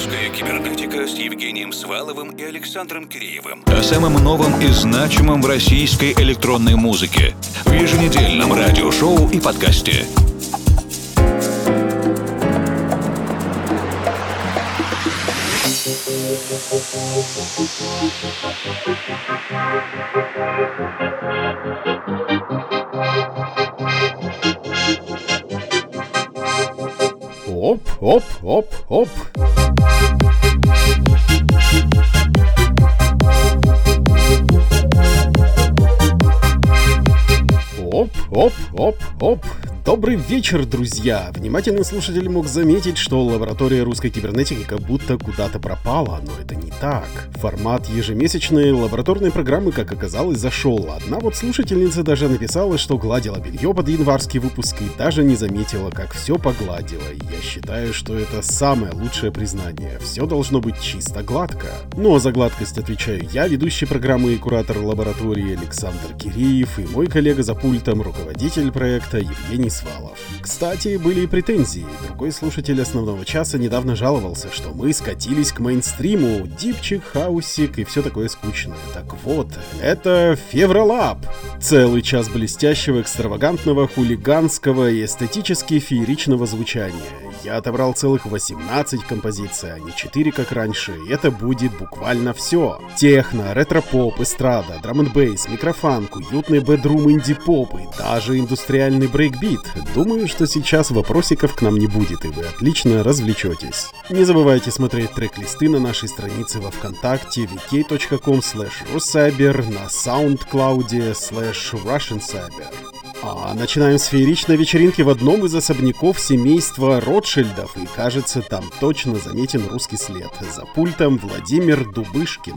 «Русская кибернетика» с Евгением Сваловым и Александром Киреевым. О самом новом и значимом в российской электронной музыке в еженедельном радиошоу и подкасте. Оп, оп, оп, оп. Оп, оп, оп, оп. Добрый вечер, друзья! Внимательный слушатель мог заметить, что лаборатория русской кибернетики как будто куда-то пропала, но это не так. Формат ежемесячной лабораторной программы, как оказалось, зашел. Одна вот слушательница даже написала, что гладила белье под январский выпуск и даже не заметила, как все погладила. Я считаю, что это самое лучшее признание. Все должно быть чисто гладко. Ну а за гладкость отвечаю я, ведущий программы и куратор лаборатории Александр Киреев, и мой коллега за пультом, руководитель проекта Евгений Свалов. Кстати, были и претензии. Другой слушатель основного часа недавно жаловался, что мы скатились к мейнстриму, дипчик, хаусик и все такое скучное. Так вот, это Февролаб. Целый час блестящего, экстравагантного, хулиганского и эстетически фееричного звучания. Я отобрал целых 18 композиций, а не 4, как раньше, и это будет буквально все. Техно, ретро-поп, эстрада, драм-н-бейс, микрофанк, уютный бэдрум инди-поп и даже индустриальный брейкбит. Думаю, что сейчас вопросиков к нам не будет, и вы отлично развлечетесь. Не забывайте смотреть трек-листы на нашей странице во ВКонтакте vk.com/ruscyber, на SoundCloud/RussianCyber. А начинаем с фееричной вечеринки в одном из особняков семейства Ротшильдов, и кажется, там точно заметен русский след. За пультом Владимир Дубышкин.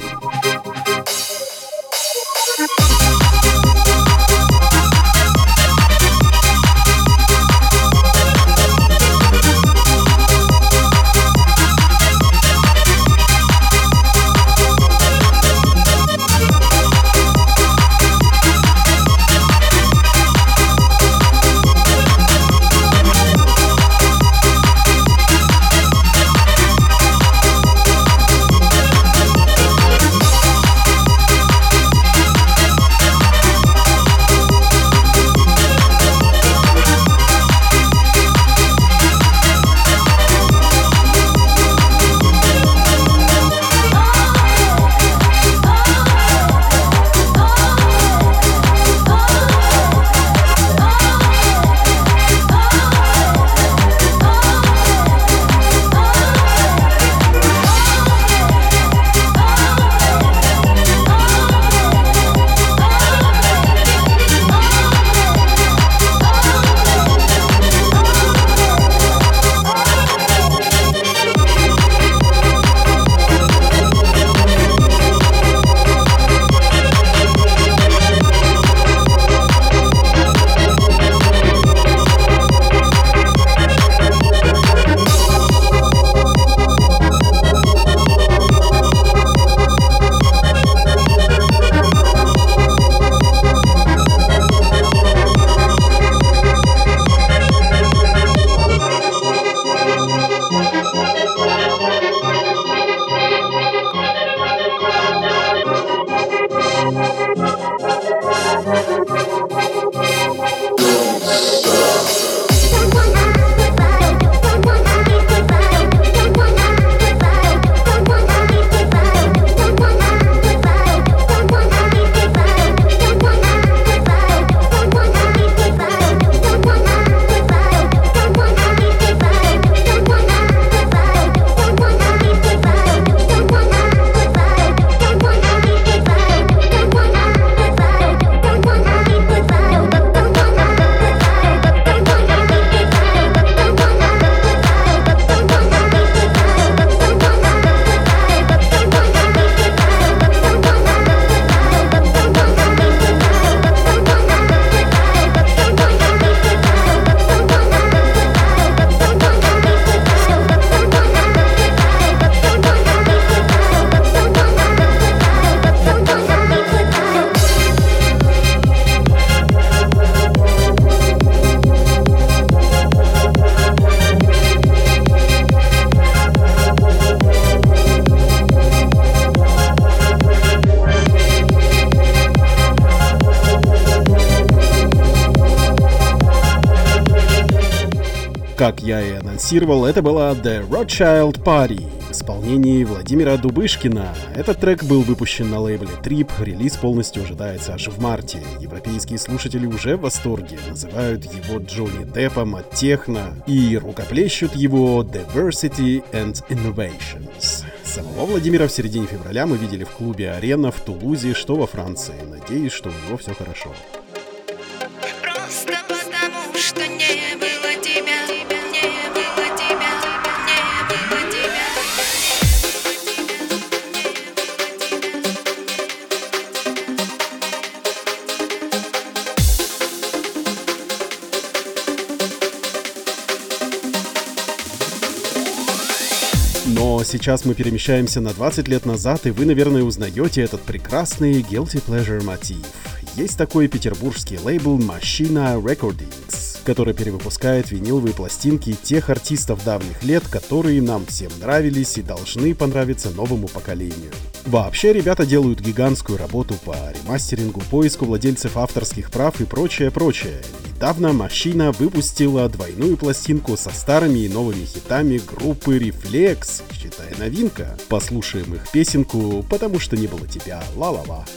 Как я и анонсировал, это была The Rothschild Party в исполнении Владимира Дубышкина. Этот трек был выпущен на лейбле Trip, релиз полностью ожидается аж в марте. Европейские слушатели уже в восторге, называют его Джонни Деппом от техно и рукоплещут его Diversity and Innovations. Самого Владимира в середине февраля мы видели в клубе «Арена» в Тулузе, что во Франции. Надеюсь, что у него все хорошо. Просто потому, что не было тебя, не было тебя, не было тебя. Но сейчас мы перемещаемся на 20 лет назад, и вы, наверное, узнаете этот прекрасный Guilty Pleasure мотив. Есть такой петербургский лейбл Machina Recordings, который перевыпускает виниловые пластинки тех артистов давних лет, которые нам всем нравились и должны понравиться новому поколению. Вообще, ребята делают гигантскую работу по ремастерингу, поиску владельцев авторских прав и прочее. Недавно Machina выпустила двойную пластинку со старыми и новыми хитами группы Reflex, считай новинка. Послушаем их песенку «Потому что не было тебя, ла-ла-ла».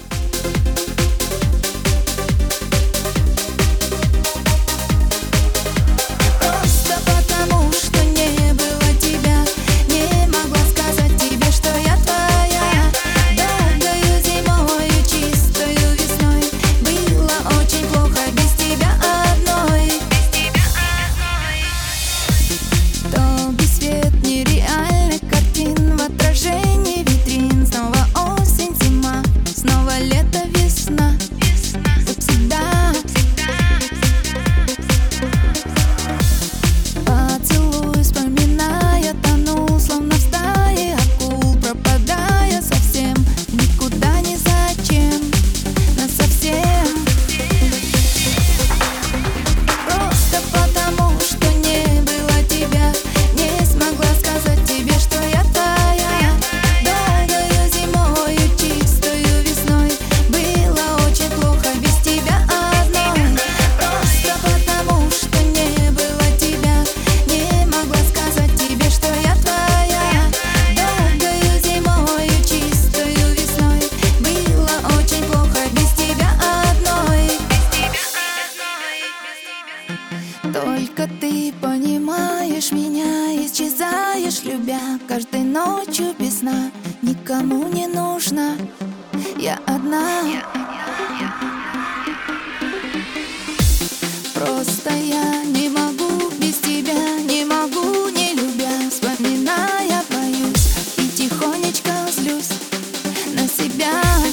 Только ты понимаешь меня, исчезаешь, любя каждой ночью без сна. Никому не нужна, я одна. Просто я не могу без тебя, не могу не любя. Вспоминая, боюсь и тихонечко злюсь на себя.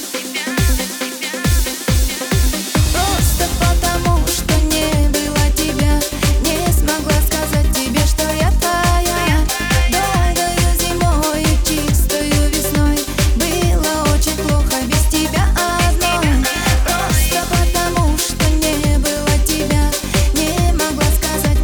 Просто потому, что не было тебя, не смогла сказать тебе, что я твоя. Долгою зимой и чистою весной было очень плохо без тебя одной. Просто потому, что не было тебя, не могла сказать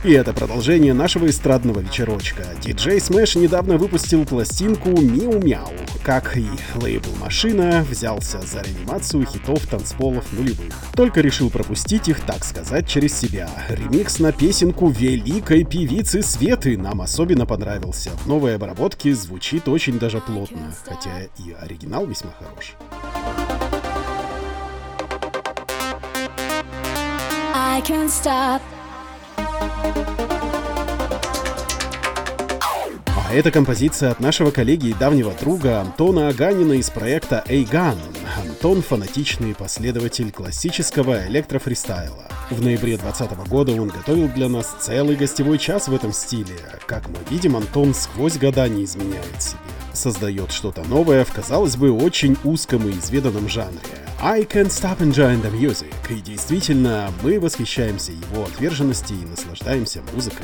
И это продолжение нашего эстрадного вечерочка. DJ Smash недавно выпустил пластинку «Миу-мяу». Как и лейбл «Машина», взялся за реанимацию хитов танцполов нулевых. Только решил пропустить их, так сказать, через себя. Ремикс на песенку великой певицы Светы нам особенно понравился. В новой обработке звучит очень даже плотно, хотя и оригинал весьма хорош. I can't stop. А это композиция от нашего коллеги и давнего друга Антона Аганина из проекта A-Gun. Антон — фанатичный последователь классического электрофристайла. В ноябре 2020 года он готовил для нас целый гостевой час в этом стиле. Как мы видим, Антон сквозь года не изменяет себе. Создает что-то новое в, казалось бы, очень узком и изведанном жанре. I can't stop enjoying the music. И действительно, мы восхищаемся его отверженностью и наслаждаемся музыкой.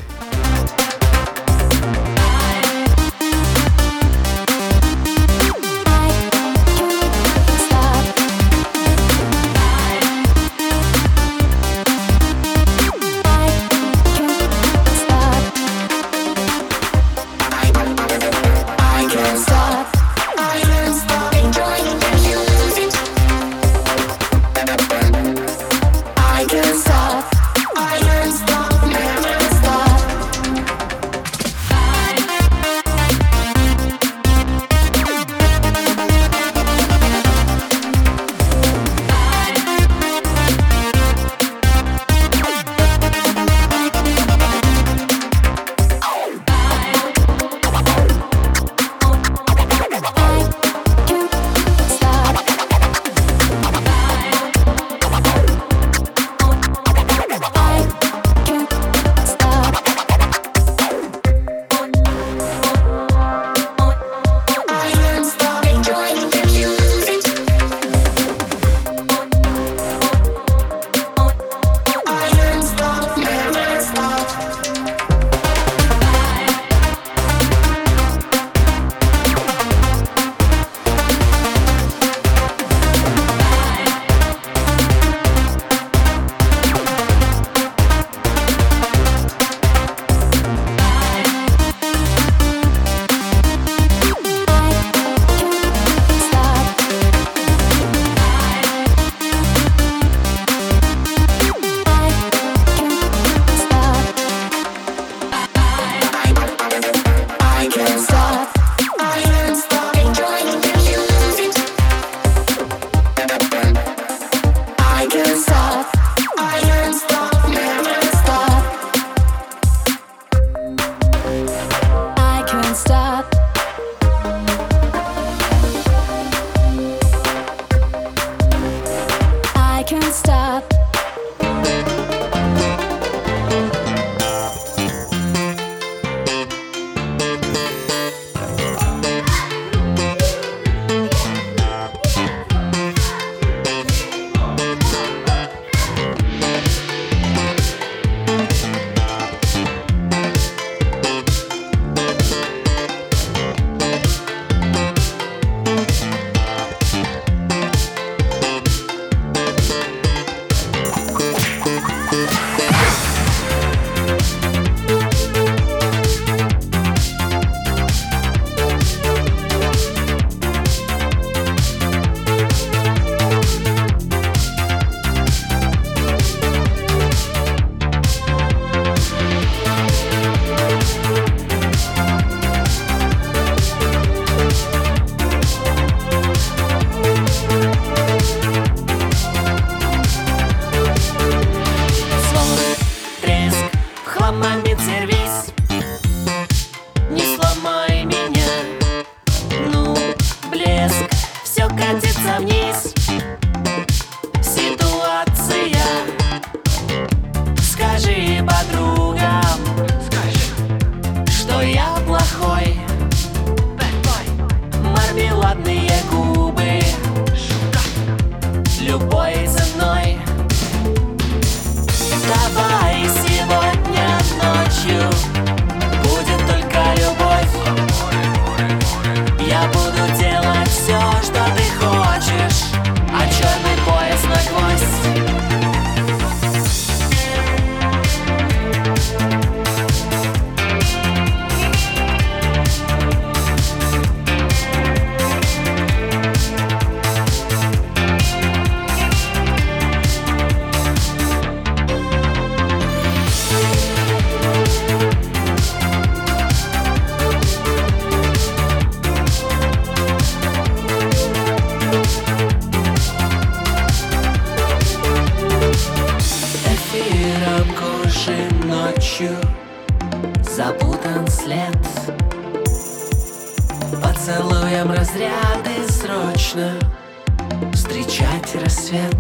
Поцелуем разряды срочно встречать рассвет.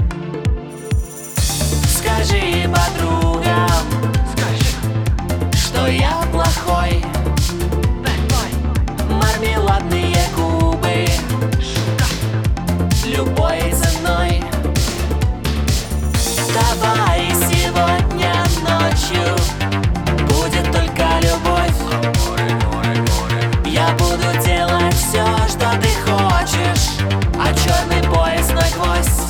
Скажи подругам, что я плохой. Мармеладные губы любой ценой. Давай сегодня ночью будет только любовь. Я буду делать все, что ты хочешь, а черный пояс насквозь.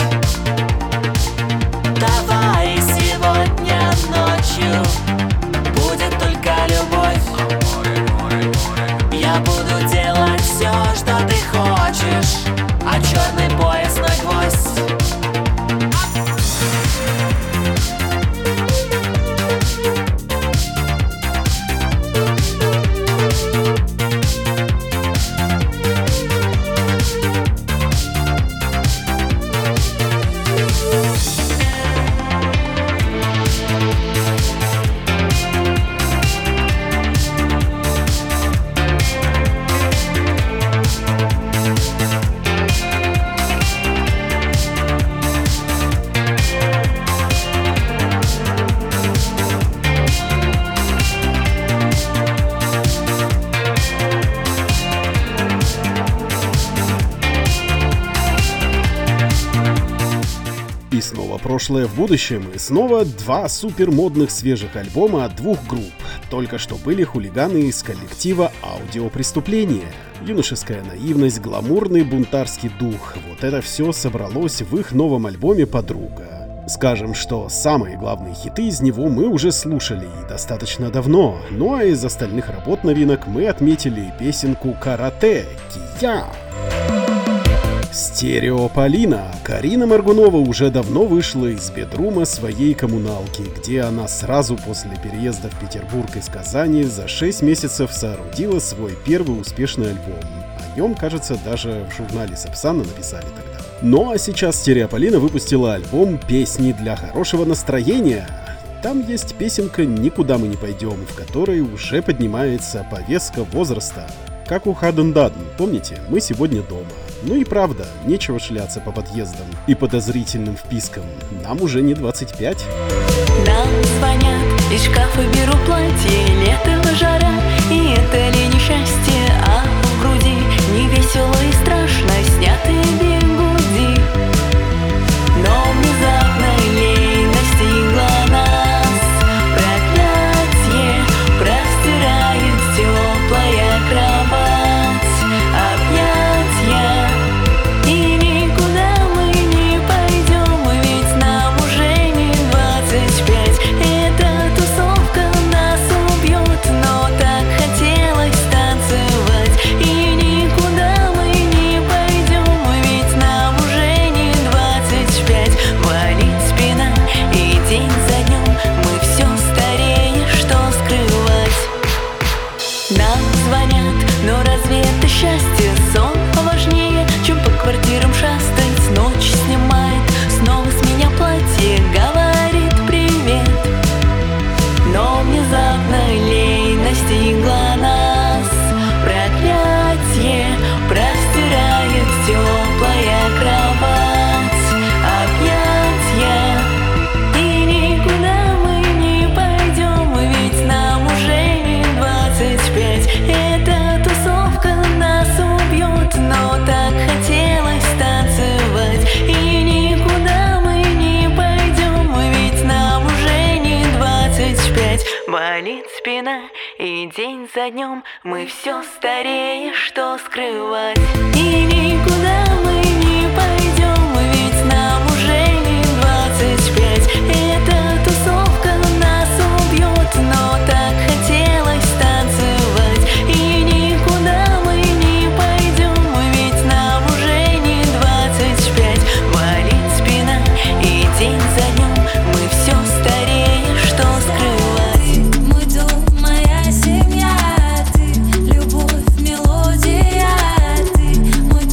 Давай сегодня ночью будет только любовь. Я буду делать все, что ты хочешь, а черный пояс насквозь. И снова прошлое в будущем, и снова два супермодных свежих альбома от двух групп. Только что были хулиганы из коллектива «Аудиопреступление». Юношеская наивность, гламурный бунтарский дух — вот это все собралось в их новом альбоме «Подруга». Скажем, что самые главные хиты из него мы уже слушали и достаточно давно. Ну а из остальных работ новинок мы отметили песенку «Карате» Кия. Стерео Полина. Карина Моргунова уже давно вышла из бедрума своей коммуналки, где она сразу после переезда в Петербург из Казани за 6 месяцев соорудила свой первый успешный альбом. О нем, кажется, даже в журнале Сапсана написали тогда. Ну а сейчас Стерео Полина выпустила альбом «Песни для хорошего настроения». Там есть песенка «Никуда мы не пойдем», в которой уже поднимается повестка возраста. Как у Хаден Даден, помните, мы сегодня дома. Ну и правда, нечего шляться по подъездам и подозрительным впискам. Нам уже не 25. Нам звонят, из шкафа беру платье, лето, жара, и это ли несчастье, а в груди не весело и страшно, снятые бигуди. Но внезапно ей настигла нас проклятие, простирает теплая кровать, объятья. И никуда мы не пойдем, ведь нам уже не 25. Эта тусовка нас убьет, но так хотелось танцевать. И никуда мы не пойдем, ведь нам уже не 25. Болит спина, и день за днем мы все старее, что скрывать. Нам звонят, но разве это счастье? Сон поважнее, чем по квартирам шастать. Ночь снимает снова с меня платье, говорит привет. Но внезапно лень настигла нас проклятие, простирает теплая кровать, объятья. И никуда мы не пойдем, ведь нам уже не 25. Эта тусовка нас убьет, но так хотелось танцевать. И никуда мы не пойдем, ведь нам уже не 25. Болит спина, и день за днем мы все старее, что скрывать. И никуда мы не пойдем, ведь нам уже не 25. Эта тусовка нас убьет, но так хотелось танцевать. И никуда мы не пойдем, ведь нам уже не 25. Болит спина, и день за днем мы все старее, что скрывать. Мой дом, моя семья, ты любовь, мелодия, ты мой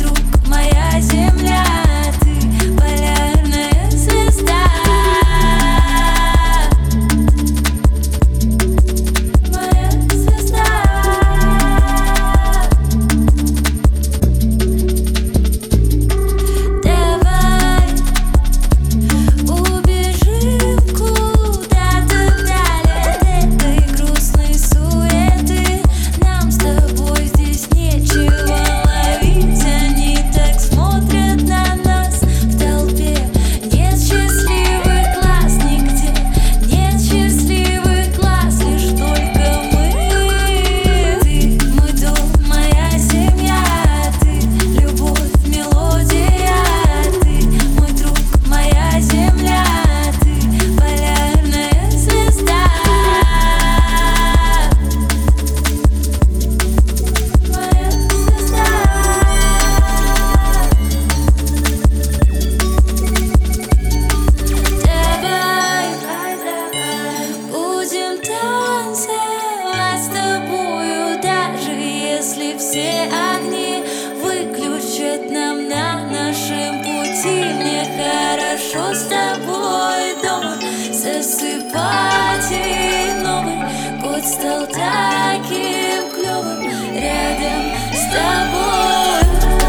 засыпать, и Новый год стал таким клёвым рядом с тобой.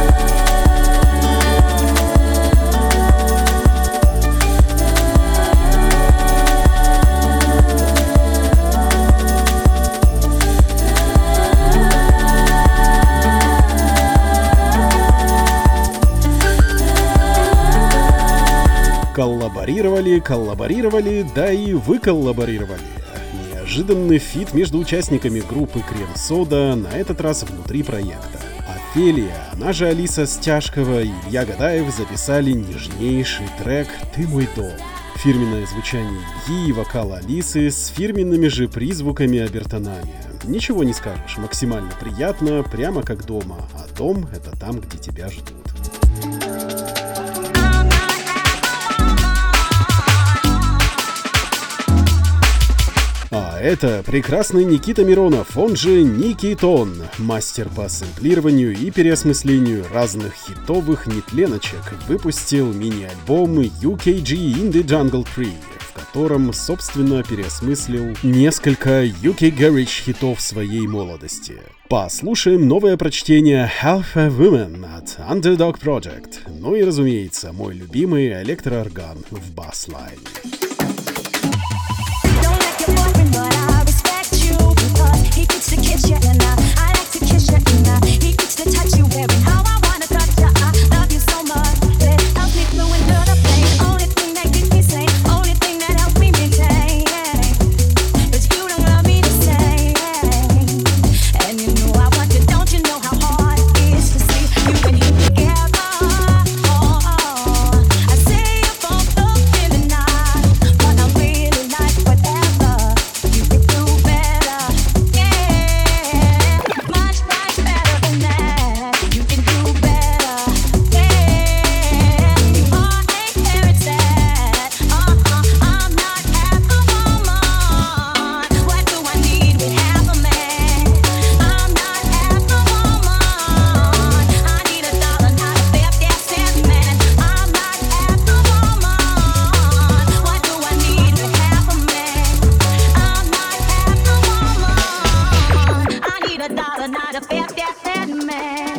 Коллаборировали, да и вы коллаборировали. Неожиданный фит между участниками группы Крем-Сода, на этот раз внутри проекта. Офелия, она же Алиса Стяжкова и Илья Гадаев записали нежнейший трек «Ты мой дом». Фирменное звучание Ильи и вокал Алисы с фирменными же призвуками обертонами. Ничего не скажешь, максимально приятно, прямо как дома, а дом — это там, где тебя ждут. А это прекрасный Никита Миронов, он же Никитон, мастер по сэмплированию и переосмыслению разных хитовых нетленочек, выпустил мини-альбом UKG in the Jungle Tree, в котором, собственно, переосмыслил несколько UK Garage хитов своей молодости. Послушаем новое прочтение Alpha Woman от Underdog Project, ну и, разумеется, мой любимый электроорган в бас-лайне. But I respect you because he gets to kiss you and I like to kiss you and he gets to touch you every how I wanna touch you. I love you so much. It helps me through and through the pain. Only thing that keeps me sane. Only thing that helps me maintain. But you don't love me the same. And you know I want you. Don't you know how hard it is to see you and he together? I say you both look really nice, but I really like whatever. You can do better, yeah. Much better than that. You can do better, yeah. You are a parasite. I'm not half a woman. What do I need with half a man? I'm not half a woman. I need $1, not a 50 cent man. I'm not half a woman. What do I need with half a man? I'm not half a woman. I need $1, not a 50 cent man.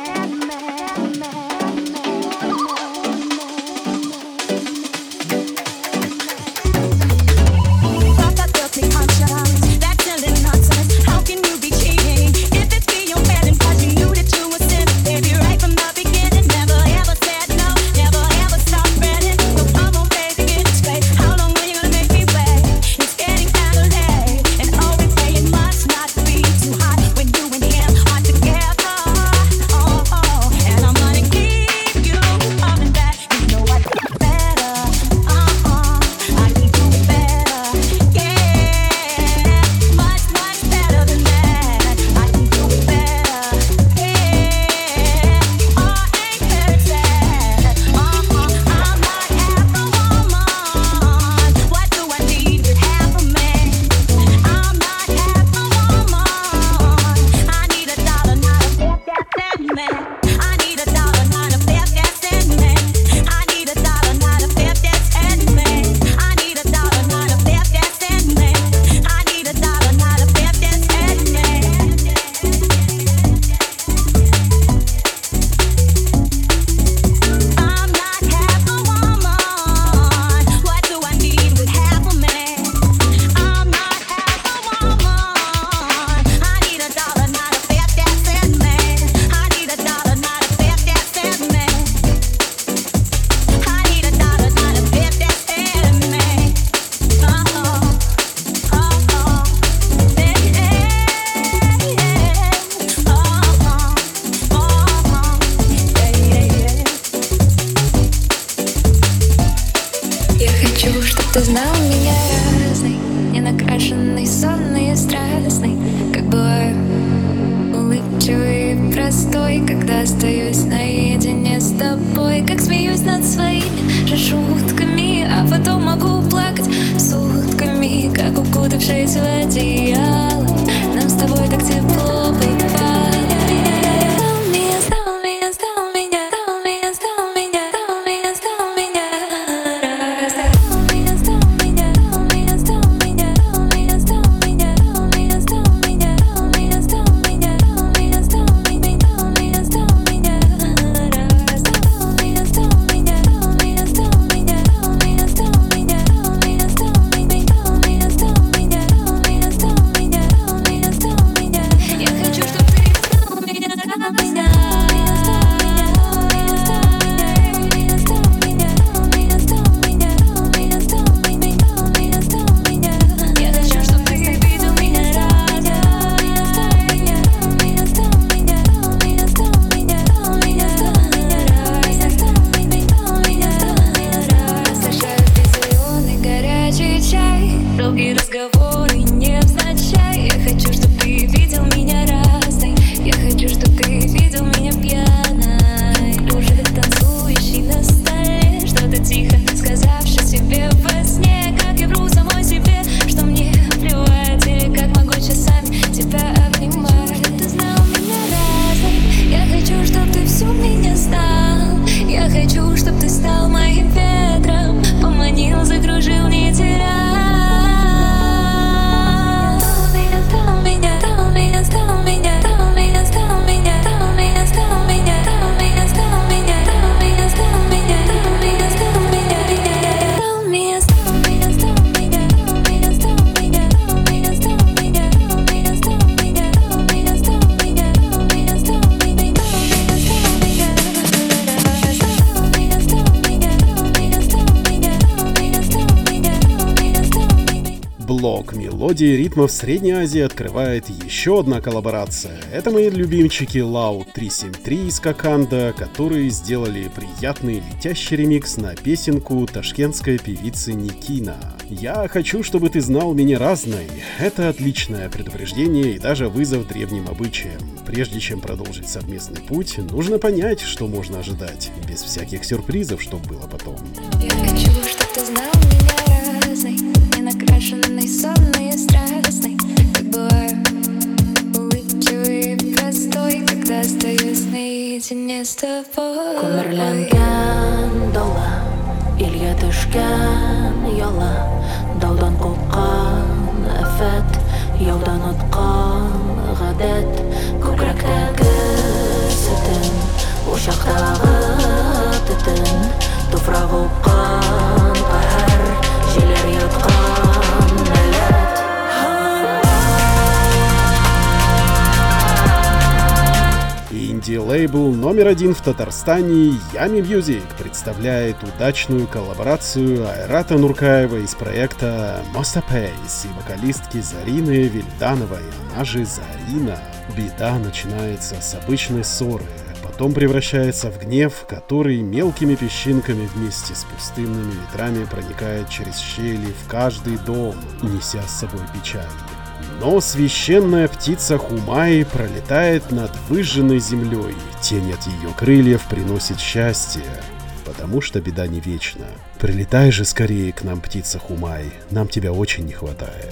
Fuck that guilty conscience, that's silly nonsense. How can you be cheating if it's me you're feeling? 'Cause you knew that you were sinning, baby, right from the beginning. Never ever said no, never ever stopped running. So come on, baby, get it straight. How long are you gonna make me wait? It's getting kind of late, and all we say it must not be too hot when you and him are together. And I'm gonna keep you coming back. You know I do better. I can do better, yeah. Much better than that. I can do better, yeah. You are a parasite. I'm not half a woman. What do I need with half a man? I'm not half a woman. I need $1, not a 50 cent man. I need $1, not a 50 cent man. I need $1, not a 50 cent man. I need $1, not a 50 cent man. I need $1, not a 50 cent man. I'm not half a woman. What do I need with half a man? I'm not half a woman. I need $1, not a 50 cent man. I need $1, not a 50 cent man. I need $1, not a 50 cent man. Я хочу, чтоб ты знал меня разной, не накрашенный, сонный и страстный, как бываю, улыбчивый и простой, когда остаюсь наедине с тобой, как смеюсь над своими же шутками, а потом могу плакать сутками, как укутавшись в одеяло. Нам с тобой так тепло бывает. Стал меня, блок мелодии и ритмов Средней Азии открывает еще одна коллаборация. Это мои любимчики Loud 373 из Коканда, которые сделали приятный летящий ремикс на песенку ташкентской певицы Никина. «Я хочу, чтобы ты знал меня разной». Это отличное предупреждение и даже вызов древним обычаям. Прежде чем продолжить совместный путь, нужно понять, что можно ожидать, без всяких сюрпризов, что было потом. Я хочу, чтобы ты знал меня разной, не накрашенной, сонной и страстной, как бываю, улыбчивый и простой, когда остаюсь наедине с тобой. Күмерләнгән дала, илгә төшкән яла, даудан купкан афәт, яудан откан гадәт, күкрәктәге сөтен, учактагы төтен, туфрак упкан каһәр, җилләр йоткан нәләт. Инди-лейбл номер 1 в Татарстане Yummy Music представляет удачную коллаборацию Айрата Нуркаева из проекта Mostapes и вокалистки Зарины Вильдановой, она же Зарина. Беда начинается с обычной ссоры, потом превращается в гнев, который мелкими песчинками вместе с пустынными ветрами проникает через щели в каждый дом, неся с собой печаль. Но священная птица Хумай пролетает над выжженной землей. Тень от ее крыльев приносит счастье, потому что беда не вечна. Прилетай же скорее к нам, птица Хумай, нам тебя очень не хватает.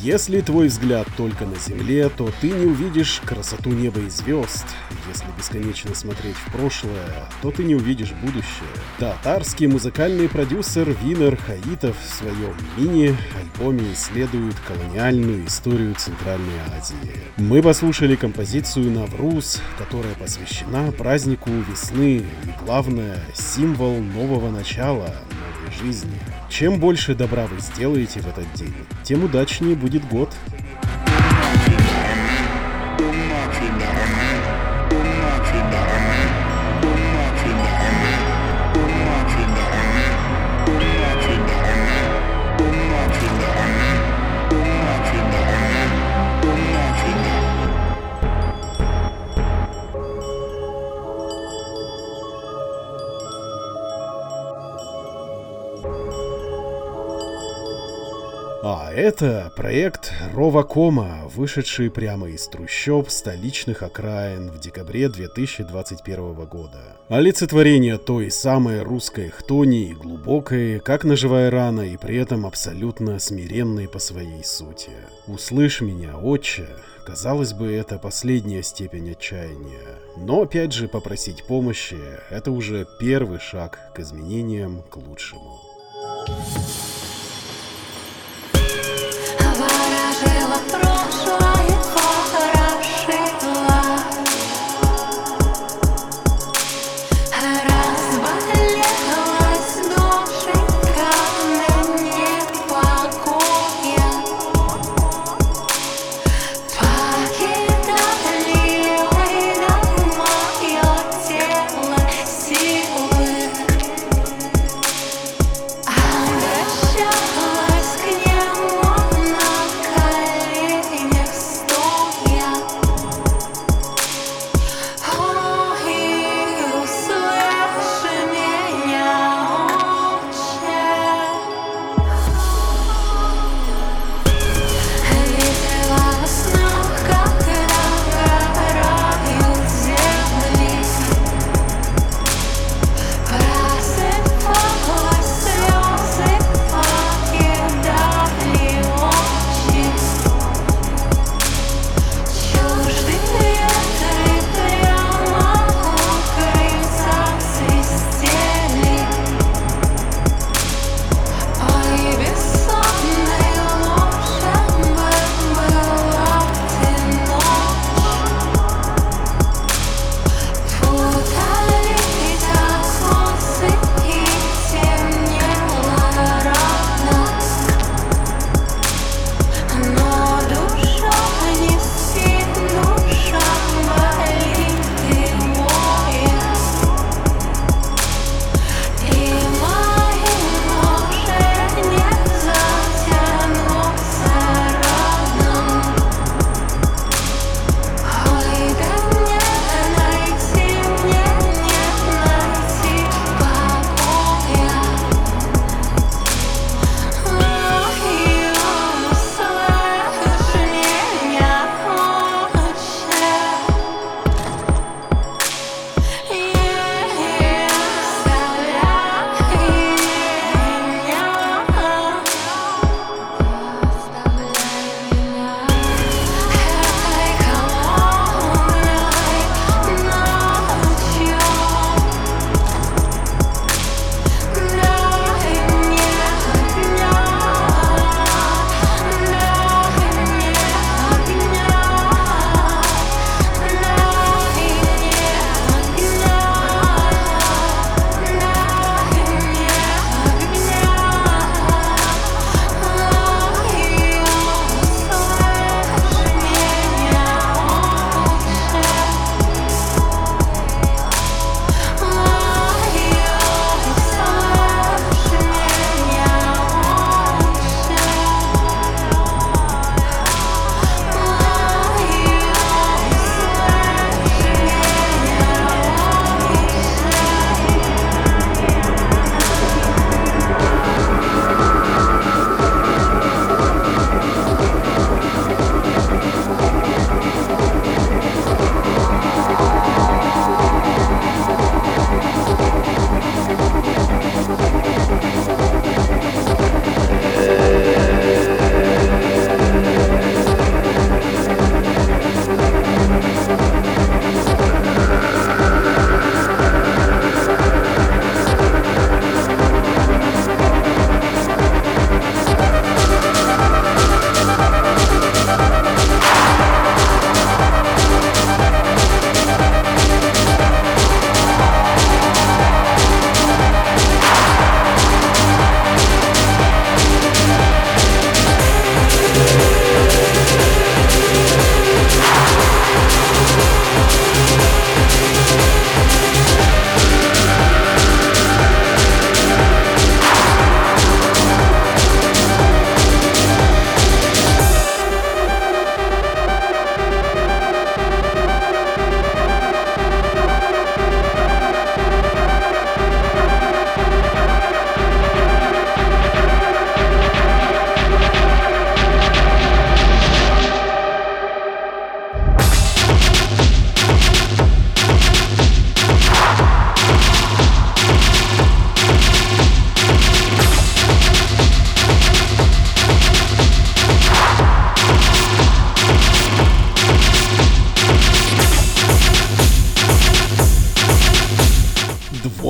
Если твой взгляд только на земле, то ты не увидишь красоту неба и звезд. Если бесконечно смотреть в прошлое, то ты не увидишь будущее. Татарский музыкальный продюсер Винер Хаитов в своем мини-альбоме исследует колониальную историю Центральной Азии. Мы послушали композицию «Навруз», которая посвящена празднику весны и, главное, символ нового начала, новой жизни. Чем больше добра вы сделаете в этот день, тем удачнее будет год. А это проект Ровакома, вышедший прямо из трущоб столичных окраин в декабре 2021 года. Олицетворение той самой русской хтонии, глубокой, как ножевая рана, и при этом абсолютно смиренной по своей сути. «Услышь меня, отче». Казалось бы, это последняя степень отчаяния. Но опять же, попросить помощи — это уже первый шаг к изменениям к лучшему. Ворожила прошлое, хорошила, разболелась душенька, нет покоя. Покидали мое тело силы, а дышать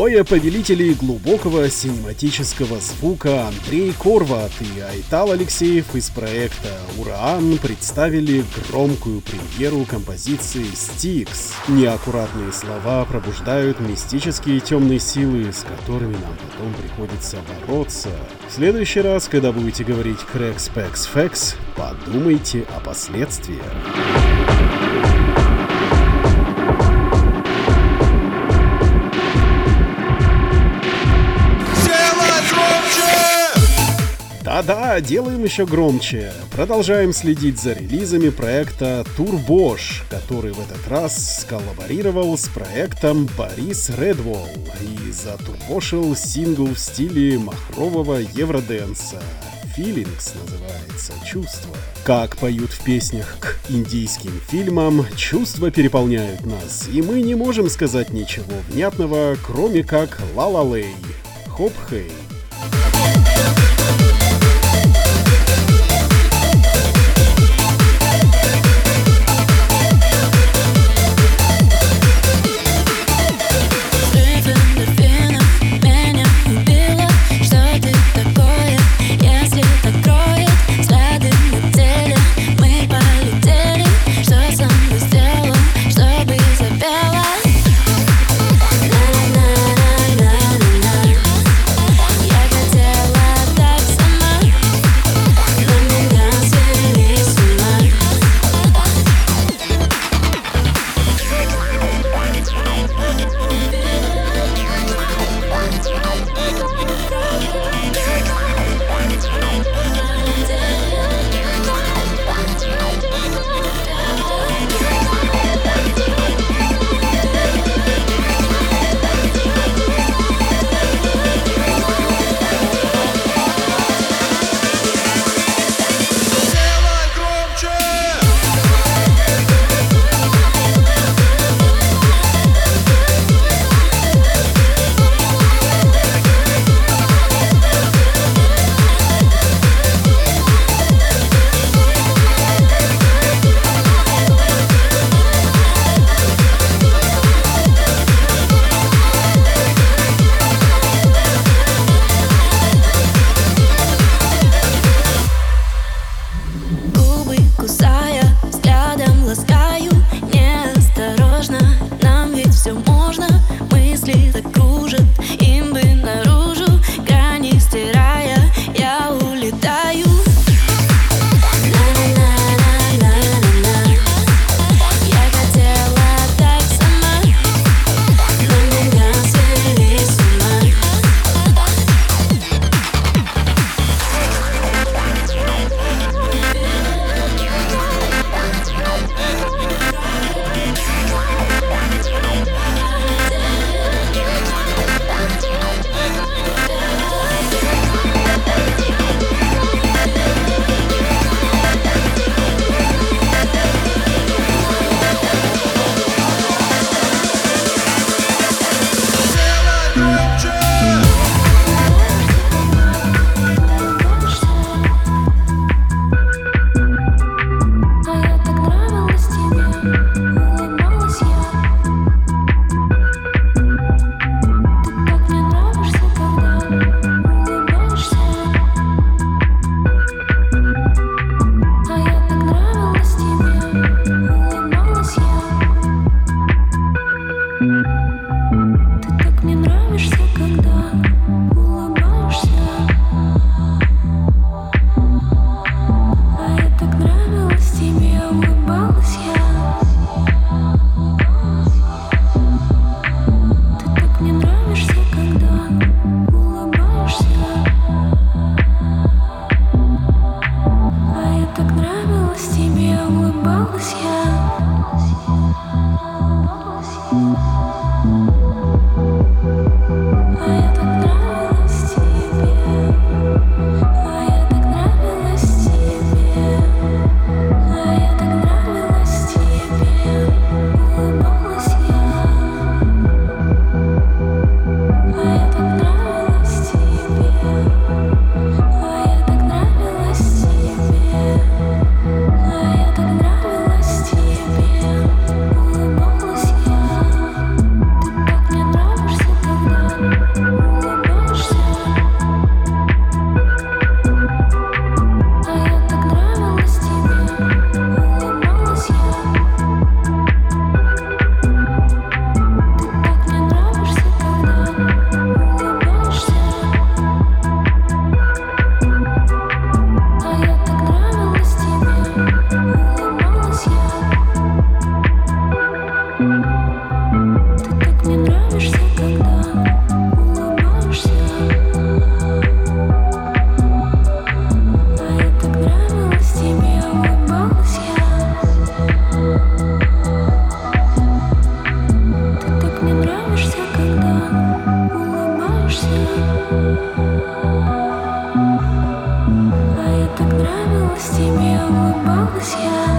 Двое повелителей глубокого синематического звука Андрей Корват и Айтал Алексеев из проекта «Ураан» представили громкую премьеру композиции «Стикс». Неаккуратные слова пробуждают мистические темные силы, с которыми нам потом приходится бороться. В следующий раз, когда будете говорить «Крэкс, Пэкс, Фэкс», подумайте о последствиях. Да-да, делаем еще громче. Продолжаем следить за релизами проекта Турбош, который в этот раз сколлаборировал с проектом Борис Редвол и затурбошил сингл в стиле махрового евроденса. «Feelings» называется, «Чувства». Как поют в песнях к индийским фильмам, чувства переполняют нас, и мы не можем сказать ничего внятного, кроме как «Ла-ла-лей», «Хоп-хей». Чтобы запела. так нравилось тебе, улыбалась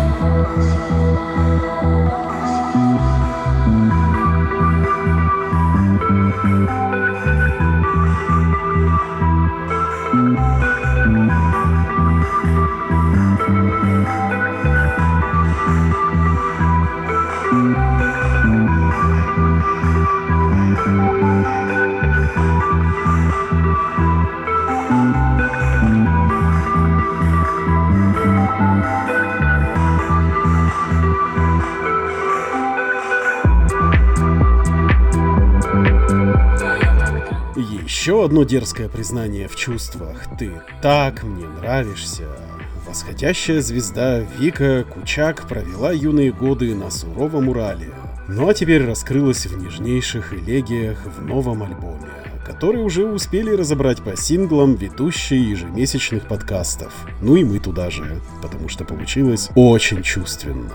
Еще одно дерзкое признание в чувствах. Ты так мне нравишься. Восходящая звезда Вика Кучак провела юные годы на суровом Урале. Ну а теперь раскрылась в нежнейших элегиях в новом альбоме, который уже успели разобрать по синглам ведущие ежемесячных подкастов. Ну и мы туда же, потому что получилось очень чувственно.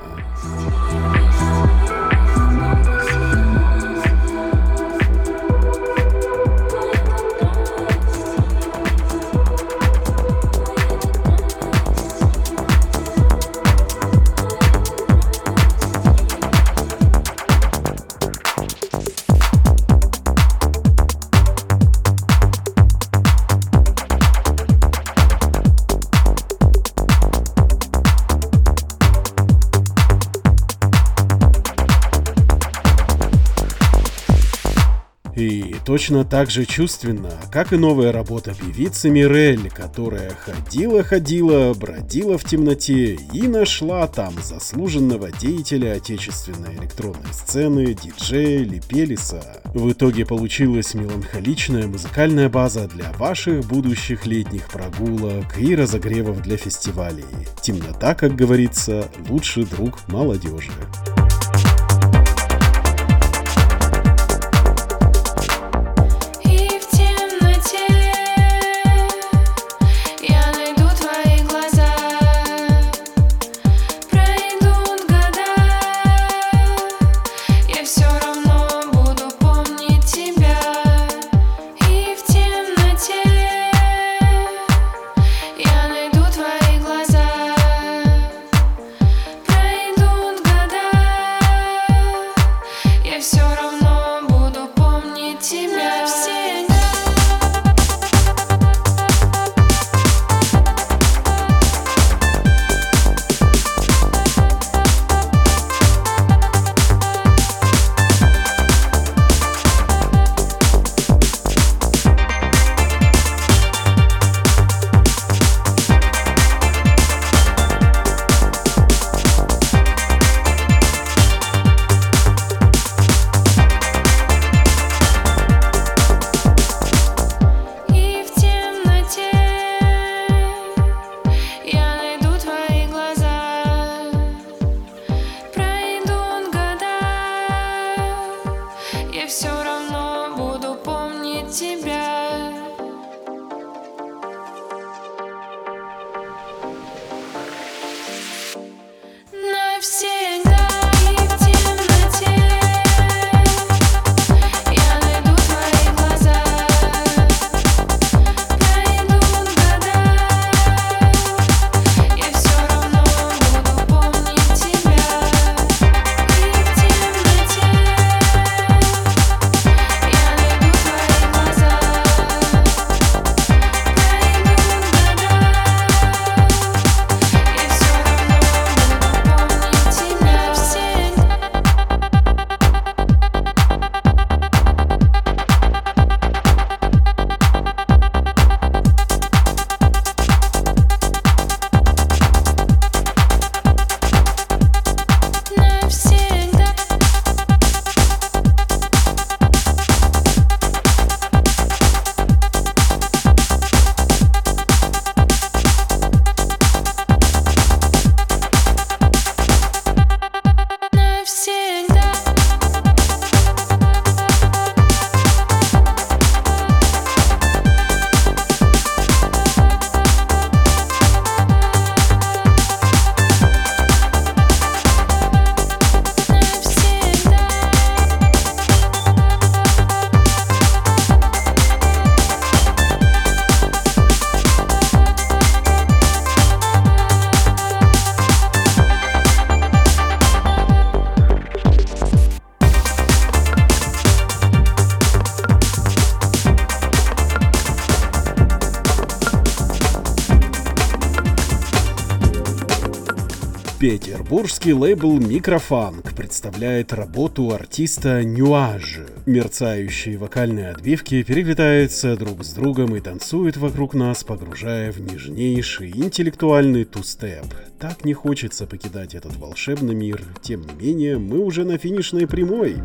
И точно так же чувственно, как и новая работа певицы Мирель, которая ходила, бродила в темноте и нашла там заслуженного деятеля отечественной электронной сцены, диджея Липелиса. В итоге получилась меланхоличная музыкальная база для ваших будущих летних прогулок и разогревов для фестивалей. Темнота, как говорится, лучший друг молодежи. Пройдут года, Петербургский лейбл Microphunk представляет работу артиста Nuage. Мерцающие вокальные отбивки переплетаются друг с другом и танцуют вокруг нас, погружая в нежнейший интеллектуальный тустеп. Так не хочется покидать этот волшебный мир, тем не менее мы уже на финишной прямой.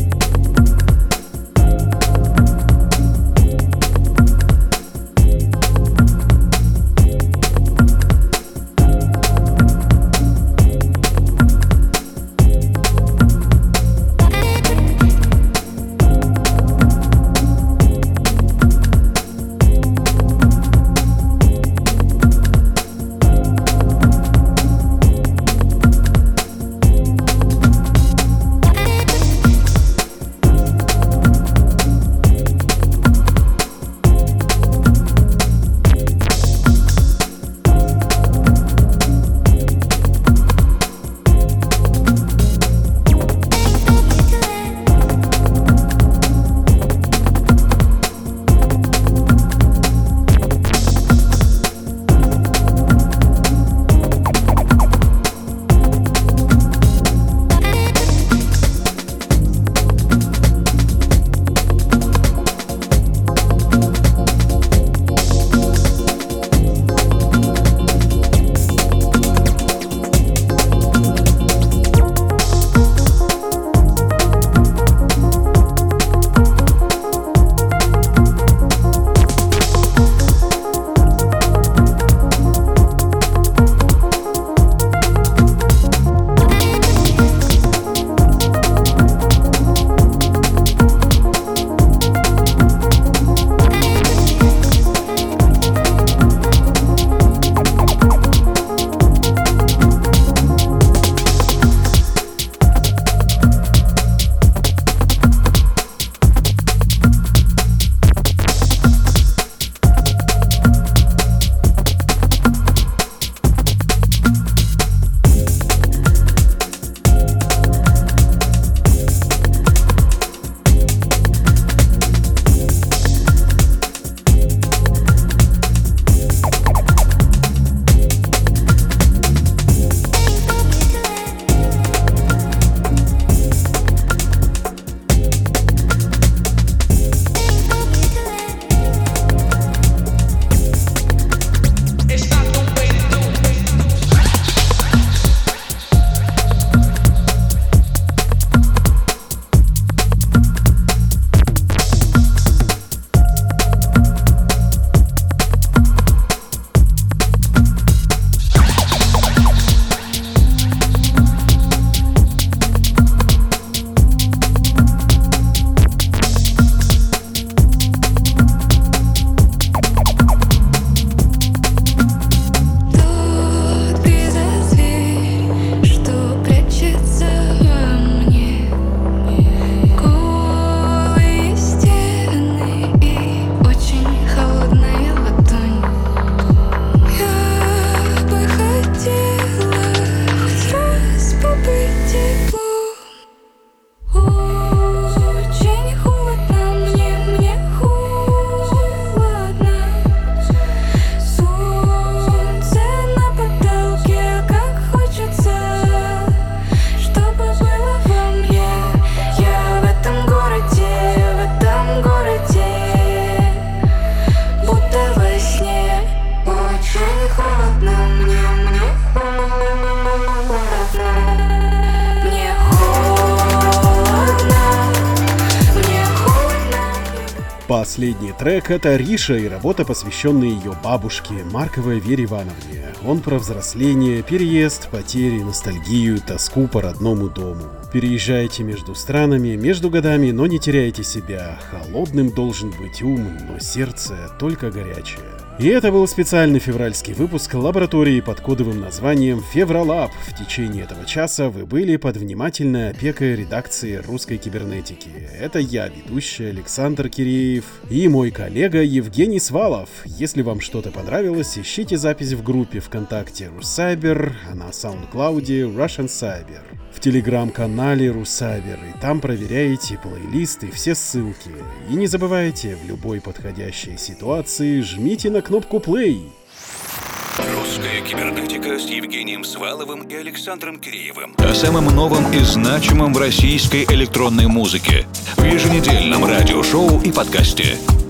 Последний трек — это Риша и работа, посвященная ее бабушке Марковой Вере Ивановне. Он про взросление, переезд, потери, ностальгию, тоску по родному дому. Переезжайте между странами, между годами, но не теряйте себя. Холодным должен быть ум, но сердце только горячее. И это был специальный февральский выпуск лаборатории под кодовым названием Февралаб. В течение этого часа вы были под внимательной опекой редакции русской кибернетики. Это я, ведущий Александр Киреев, и мой коллега Евгений Свалов. Если вам что-то понравилось, ищите запись в группе ВКонтакте Руссайбер, а на SoundCloud Russian Cyber. В телеграм-канале Руссайбер, и там проверяете плейлисты, все ссылки. И не забывайте, в любой подходящей ситуации жмите на кнопку play. Русская Русская кибернетика с Евгением Сваловым и Александром Киреевым. О самом новом и значимом в российской электронной музыке в еженедельном радиошоу и подкасте.